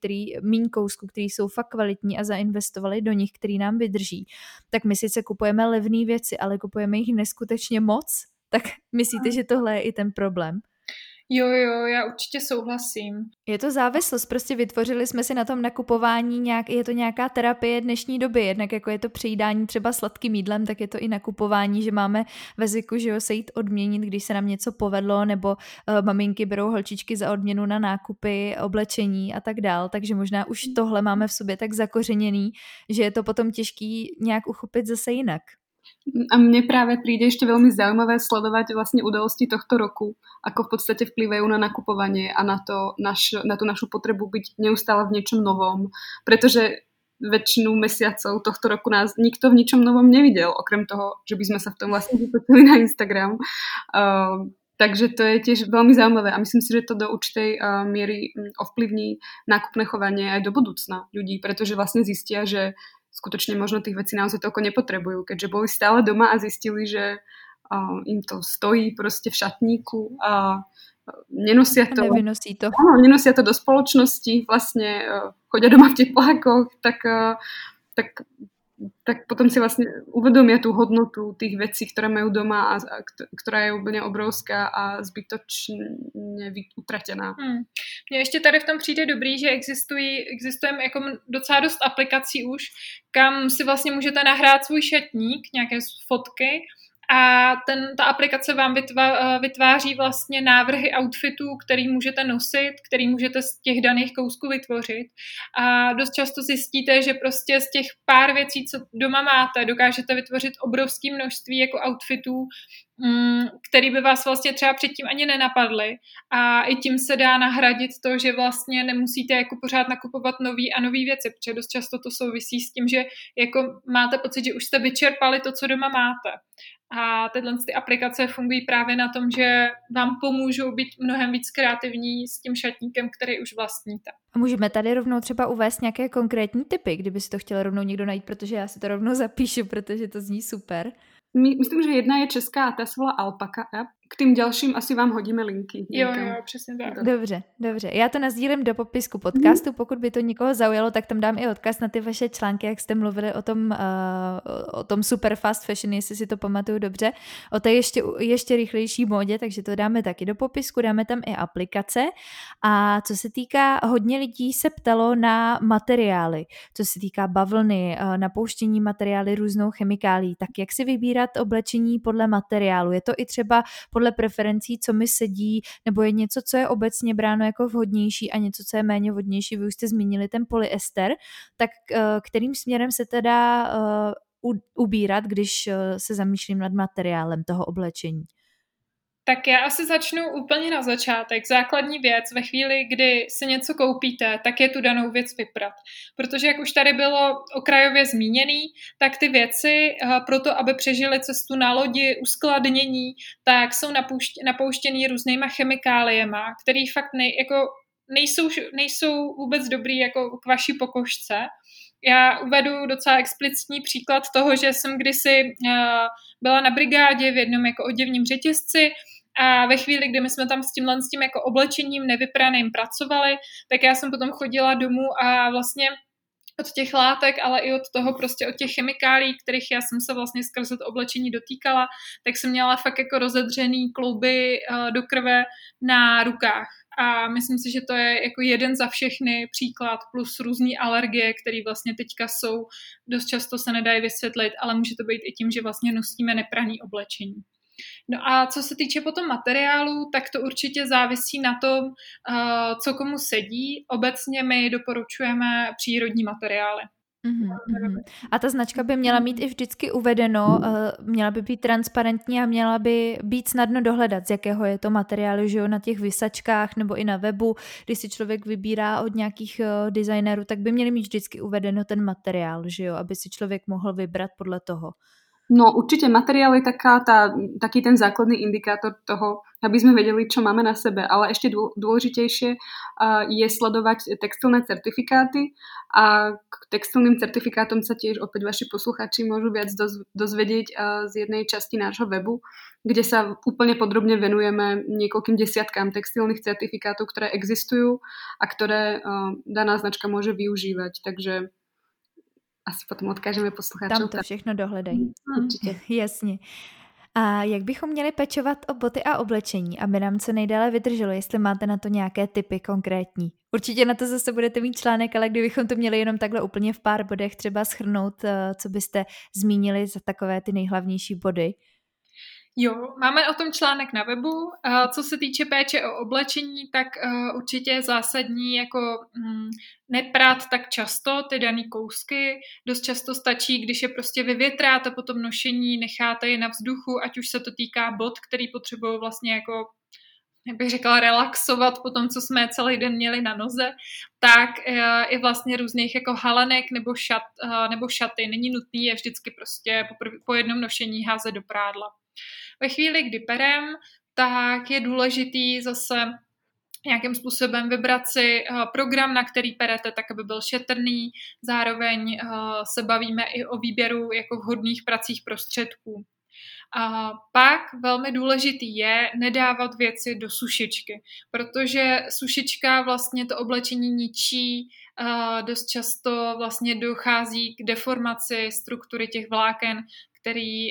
míň kousků, který jsou fakt kvalitní a zainvestovali do nich, který nám vydrží, tak my sice kupujeme levné věci, ale kupujeme jich neskutečně moc. Tak myslíte, že tohle je i ten problém? Jo, já určitě souhlasím. Je to závislost, prostě vytvořili jsme si na tom nakupování, je to nějaká terapie dnešní doby, jednak jako je to přejídání třeba sladkým jídlem, tak je to i nakupování, že máme ve zvyku, že jo, se jít odměnit, když se nám něco povedlo, nebo maminky berou holčičky za odměnu na nákupy, oblečení a tak dál, takže možná už tohle máme v sobě tak zakořeněný, že je to potom těžký nějak uchopit zase jinak. A mne práve príde ešte veľmi zaujímavé sledovať vlastne udalosti tohto roku, ako v podstate vplyvajú na nakupovanie a na tú našu potrebu byť neustále v niečom novom, pretože väčšinu mesiacov tohto roku nás nikto v ničom novom nevidel, okrem toho, že by sme sa v tom vlastne vypotili na Instagram. Takže to je tiež veľmi zaujímavé a myslím si, že to do určitej miery ovplyvní nákupné chovanie aj do budúcna ľudí, pretože vlastne zistia, že skutočne možno tých vecí naozaj toľko nepotrebujú, keďže boli stále doma a zistili, že im to stojí proste v šatníku a nenosia to. Nevynosí to. Áno, nenosia to do spoločnosti, vlastne chodia doma v teplákoch, tak potom si vlastne uvedomia tú hodnotu tých vecí, ktoré majú doma a ktorá je úplne obrovská a zbytočne utratená. Mně ještě tady v tom přijde dobrý, že existuje jako docela dost aplikací už, kam si vlastně můžete nahrát svůj šatník, nějaké fotky a ta aplikace vám vytváří vlastně návrhy outfitů, který můžete nosit, který můžete z těch daných kousků vytvořit a dost často zjistíte, že prostě z těch pár věcí, co doma máte, dokážete vytvořit obrovské množství jako outfitů, který by vás vlastně třeba předtím ani nenapadly a i tím se dá nahradit to, že vlastně nemusíte jako pořád nakupovat nový věci, protože dost často to souvisí s tím, že jako máte pocit, že už jste vyčerpali to, co doma máte. A tyhle ty aplikace fungují právě na tom, že vám pomůžou být mnohem víc kreativní s tím šatníkem, který už vlastníte. A můžeme tady rovnou třeba uvést nějaké konkrétní tipy, kdyby si to chtěl rovnou někdo najít, protože já si to rovnou zapíšu, protože to zní super. Myslím, že jedna je česká a ta se volá Alpaka app. K tým ďalším asi vám hodíme linky. Jo, přesně tak. Dobře. Já to nasdílím do popisku podcastu, pokud by to někoho zaujalo, tak tam dám i odkaz na ty vaše články, jak jste mluvili o tom super fast fashion, jestli si to pamatuju dobře, o té ještě rychlejší módě, takže to dáme taky do popisku, dáme tam i aplikace. A co se týká, hodně lidí se ptalo na materiály, co se týká bavlny, napouštění materiály různou chemikálí, tak jak si vybírat oblečení podle materiálu? Je to i třeba podle preferencí, co mi sedí, nebo je něco, co je obecně bráno jako vhodnější a něco, co je méně vhodnější. Vy už jste zmínili ten polyester, tak kterým směrem se teda ubírat, když se zamýšlím nad materiálem toho oblečení? Tak já asi začnu úplně na začátek. Základní věc, ve chvíli, kdy si něco koupíte, tak je tu danou věc vyprat. Protože jak už tady bylo okrajově zmíněný, tak ty věci proto, aby přežily cestu na lodi, uskladnění, tak jsou napouštěný různýma chemikáliema, který fakt nejsou vůbec dobrý jako k vaší pokožce. Já uvedu docela explicitní příklad toho, že jsem kdysi byla na brigádě v jednom jako oděvním řetězci a ve chvíli, kdy my jsme tam s tím jako oblečením nevypraným pracovali, tak já jsem potom chodila domů a vlastně od těch látek, ale i od toho prostě od těch chemikálí, kterých já jsem se vlastně skrze to oblečení dotýkala, tak jsem měla fakt jako rozedřený klouby do krve na rukách. A myslím si, že to je jako jeden za všechny příklad plus různý alergie, které vlastně teďka jsou, dost často se nedají vysvětlit, ale může to být i tím, že vlastně nosíme nepraný oblečení. No a co se týče potom materiálu, tak to určitě závisí na tom, co komu sedí. Obecně my doporučujeme přírodní materiály. A ta značka by měla mít i vždycky uvedeno, měla by být transparentní a měla by být snadno dohledat, z jakého je to materiálu, že jo, na těch vysačkách nebo i na webu, když si člověk vybírá od nějakých designérů, tak by měli mít vždycky uvedeno ten materiál, že jo, aby si člověk mohl vybrat podle toho. No určite materiál je taký ten základný indikátor toho, aby sme vedeli, čo máme na sebe, ale ešte dôležitejšie je sledovať textilné certifikáty a k textilným certifikátom sa tiež opäť vaši posluchači môžu viac dozvedieť z jednej časti nášho webu, kde sa úplne podrobne venujeme niekoľkým desiatkám textilných certifikátov, ktoré existujú a ktoré daná značka môže využívať, takže asi potom odkážeme posluchačům. Tam to všechno dohledají. Určitě. Jasně. A jak bychom měli pečovat o boty a oblečení, aby nám co nejdále vydrželo, jestli máte na to nějaké tipy konkrétní? Určitě na to zase budete mít článek, ale kdybychom to měli jenom takhle úplně v pár bodech třeba shrnout, co byste zmínili za takové ty nejhlavnější body? Jo, máme o tom článek na webu. Co se týče péče o oblečení, tak určitě je zásadní jako neprát tak často ty daný kousky. Dost často stačí, když je prostě vyvětráte po tom nošení, necháte je na vzduchu, ať už se to týká bot, který potřebují vlastně jako, jak bych řekla, relaxovat po tom, co jsme celý den měli na noze, tak i vlastně různých jako halenek nebo šaty. Není nutný je vždycky prostě po jednom nošení házet do prádla. Ve chvíli, kdy perem, tak je důležitý zase nějakým způsobem vybrat si program, na který perete, tak aby byl šetrný. Zároveň se bavíme i o výběru jako vhodných pracích prostředků. A pak velmi důležitý je nedávat věci do sušičky, protože sušička vlastně to oblečení ničí, dost často vlastně dochází k deformaci struktury těch vláken, který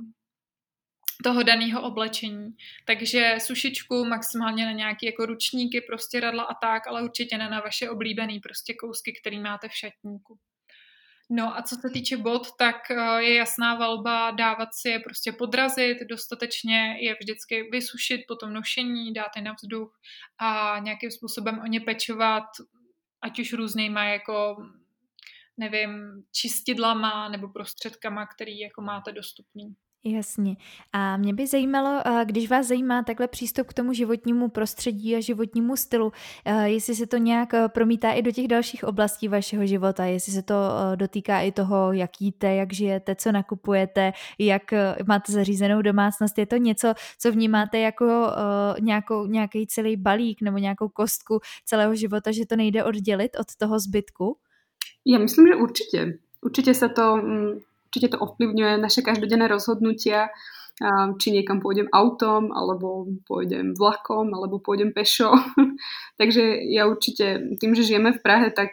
toho daného oblečení. Takže sušičku maximálně na nějaké jako ručníky, prostě radla a tak, ale určitě ne na vaše oblíbené prostě kousky, který máte v šatníku. No a co se týče bot, tak je jasná volba dávat si je prostě podrazit, dostatečně je vždycky vysušit po tom nošení, dát je na vzduch a nějakým způsobem o ně pečovat, ať už různýma jako, nevím, čistidlama nebo prostředkama, který jako máte dostupný. Jasně. A mě by zajímalo, když vás zajímá takhle přístup k tomu životnímu prostředí a životnímu stylu, jestli se to nějak promítá i do těch dalších oblastí vašeho života, jestli se to dotýká i toho, jak jíte, jak žijete, co nakupujete, jak máte zařízenou domácnost. Je to něco, co vnímáte jako nějaký celý balík nebo nějakou kostku celého života, že to nejde oddělit od toho zbytku? Ja myslím, že určite. Určite to ovplyvňuje naše každodenné rozhodnutia, či niekam pôjdem autom, alebo pôjdem vlakom, alebo pôjdem pešo. Takže ja určite, tým, že žijeme v Prahe, tak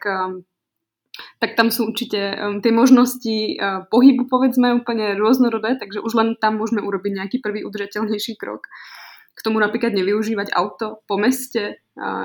tam sú určite tie možnosti pohybu, povedzme, úplne rôznorodé, takže už len tam môžeme urobiť nejaký prvý udržateľnejší krok. K tomu napríklad nevyužívať auto po meste,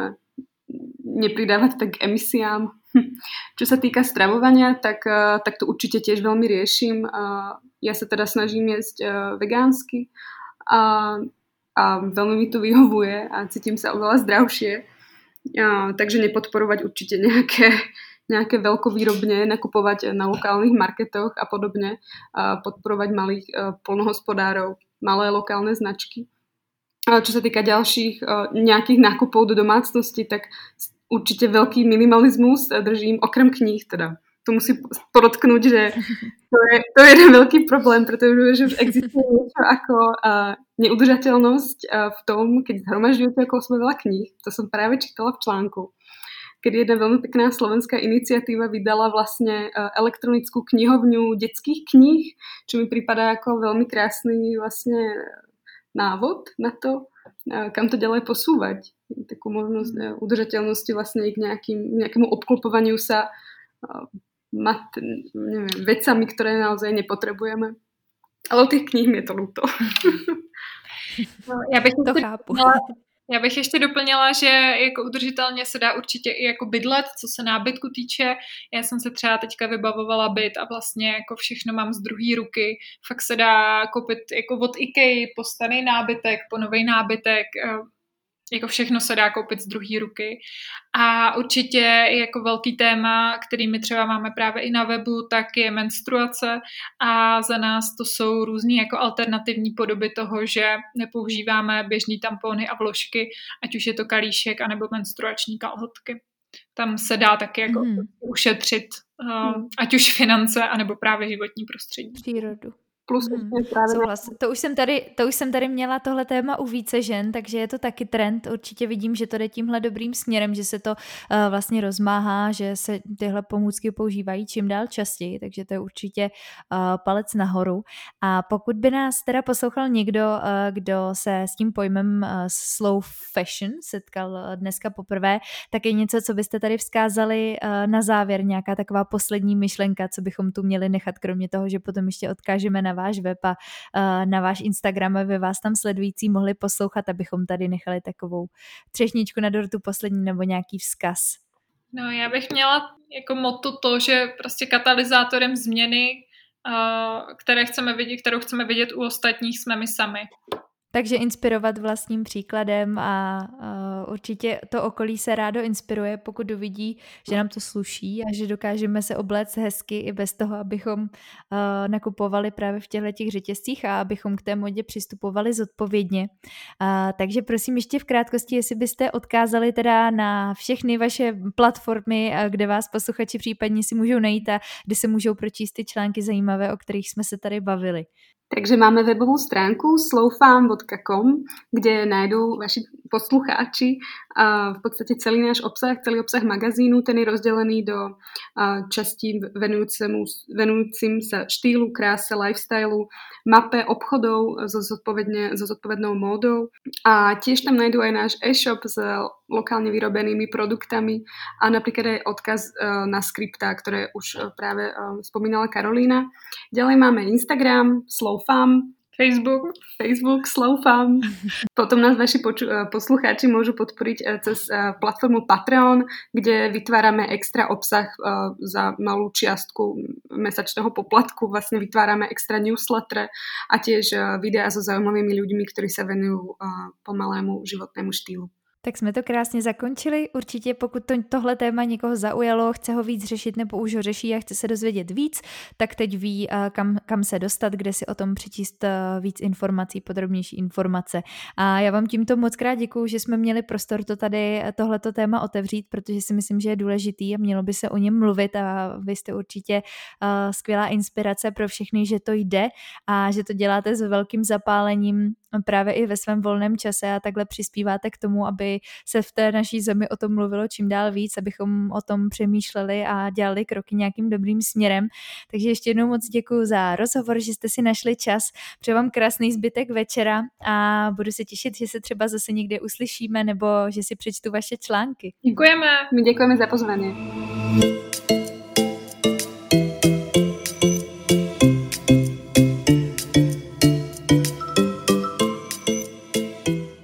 nepridávať tak k emisiám. Čo sa týka stravovania, tak to určite tiež veľmi riešim. Ja sa teda snažím jesť vegánsky a a veľmi mi to vyhovuje a cítim sa oveľa zdravšie. Takže nepodporovať určite nejaké veľkovýrobne, nakupovať na lokálnych marketoch a podobne, podporovať malých poľnohospodárov, malé lokálne značky. Čo sa týka ďalších nejakých nákupov do domácnosti, tak určite veľký minimalizmus držím, okrem kníh teda. To musím podotknúť, že to je jeden veľký problém, pretože už existuje niečo ako neudržateľnosť v tom, keď zhromažďujete okolo sebe veľa kníh. To som práve čítala v článku, kedy jedna veľmi pekná slovenská iniciatíva vydala vlastne elektronickú knihovňu detských kníh, čo mi pripadá ako veľmi krásny vlastne návod na to, kam to ďalej posúvať. Takú možnosť udržateľnosti vlastne k nejakému obklopovaniu sa vecami, ktoré naozaj nepotrebujeme. Ale u tých knih mi je to ľúto. Já bych ještě doplnila, že jako udržitelně se dá určitě i jako bydlet, co se nábytku týče. Já jsem se třeba teďka vybavovala byt a vlastně jako všechno mám z druhé ruky. Fakt se dá koupit jako od IKEA po starý nábytek, po nový nábytek, jako všechno se dá koupit z druhé ruky. A určitě jako velký téma, který my třeba máme právě i na webu, tak je menstruace a za nás to jsou různý jako alternativní podoby toho, že nepoužíváme běžný tampony a vložky, ať už je to kalíšek anebo menstruační kalhotky. Tam se dá taky jako ušetřit ať už finance anebo právě životní prostředí. Přírodu. Plus To už jsem tady měla tohle téma u více žen, takže je to taky trend. Určitě vidím, že to jde tímhle dobrým směrem, že se to vlastně rozmáhá, že se tyhle pomůcky používají čím dál častěji, takže to je určitě palec nahoru. A pokud by nás teda poslouchal někdo, kdo se s tím pojmem slow fashion setkal dneska poprvé, tak je něco, co byste tady vzkázali na závěr, nějaká taková poslední myšlenka, co bychom tu měli nechat, kromě toho, že potom ještě odkážeme na váš web a na váš Instagram, aby vás tam sledující mohli poslouchat, abychom tady nechali takovou třešničku na dortu poslední nebo nějaký vzkaz. No, já bych měla jako motto to, že prostě katalyzátorem změny, kterou chceme vidět u ostatních, jsme my sami. Takže inspirovat vlastním příkladem a určitě to okolí se rádo inspiruje, pokud uvidí, že nám to sluší a že dokážeme se obléct hezky i bez toho, abychom nakupovali právě v těchto řetězcích a abychom k té modě přistupovali zodpovědně. Takže prosím ještě v krátkosti, jestli byste odkázali teda na všechny vaše platformy, kde vás posluchači případně si můžou najít a kde se můžou pročíst ty články zajímavé, o kterých jsme se tady bavili. Takže máme webovú stránku slowfarm.com, kde nájdú vaši poslucháči v podstate celý náš obsah, celý obsah magazínu. Ten je rozdelený do častí venujúcim sa štýlu, kráse, lifestylu, mape obchodov so zodpovednou módou a tiež tam nájdú aj náš e-shop s lokálne vyrobenými produktami a napríklad aj odkaz na skriptá, ktoré už práve spomínala Karolína. Ďalej máme Instagram, Slowfarm, Facebook, Slowfarm. Potom nás vaši poslucháči môžu podporiť cez platformu Patreon, kde vytvárame extra obsah za malú čiastku mesačného poplatku. Vlastne vytvárame extra newsletter a tiež videá so zaujímavými ľuďmi, ktorí sa venujú pomalému životnému štýlu. Tak jsme to krásně zakončili. Určitě pokud tohle téma někoho zaujalo, chce ho víc řešit nebo už ho řeší a chce se dozvědět víc, tak teď ví, kam se dostat, kde si o tom přečíst víc informací, podrobnější informace. A já vám tímto moc krát děkuju, že jsme měli prostor to tady tohleto téma otevřít, protože si myslím, že je důležitý a mělo by se o něm mluvit a vy jste určitě skvělá inspirace pro všechny, že to jde a že to děláte s velkým zapálením právě i ve svém volném čase a takhle přispíváte k tomu, aby se v té naší zemi o tom mluvilo čím dál víc, abychom o tom přemýšleli a dělali kroky nějakým dobrým směrem. Takže ještě jednou moc děkuju za rozhovor, že jste si našli čas. Přeju vám krásný zbytek večera a budu se těšit, že se třeba zase někde uslyšíme nebo že si přečtu vaše články. Děkujeme. My děkujeme za pozvání.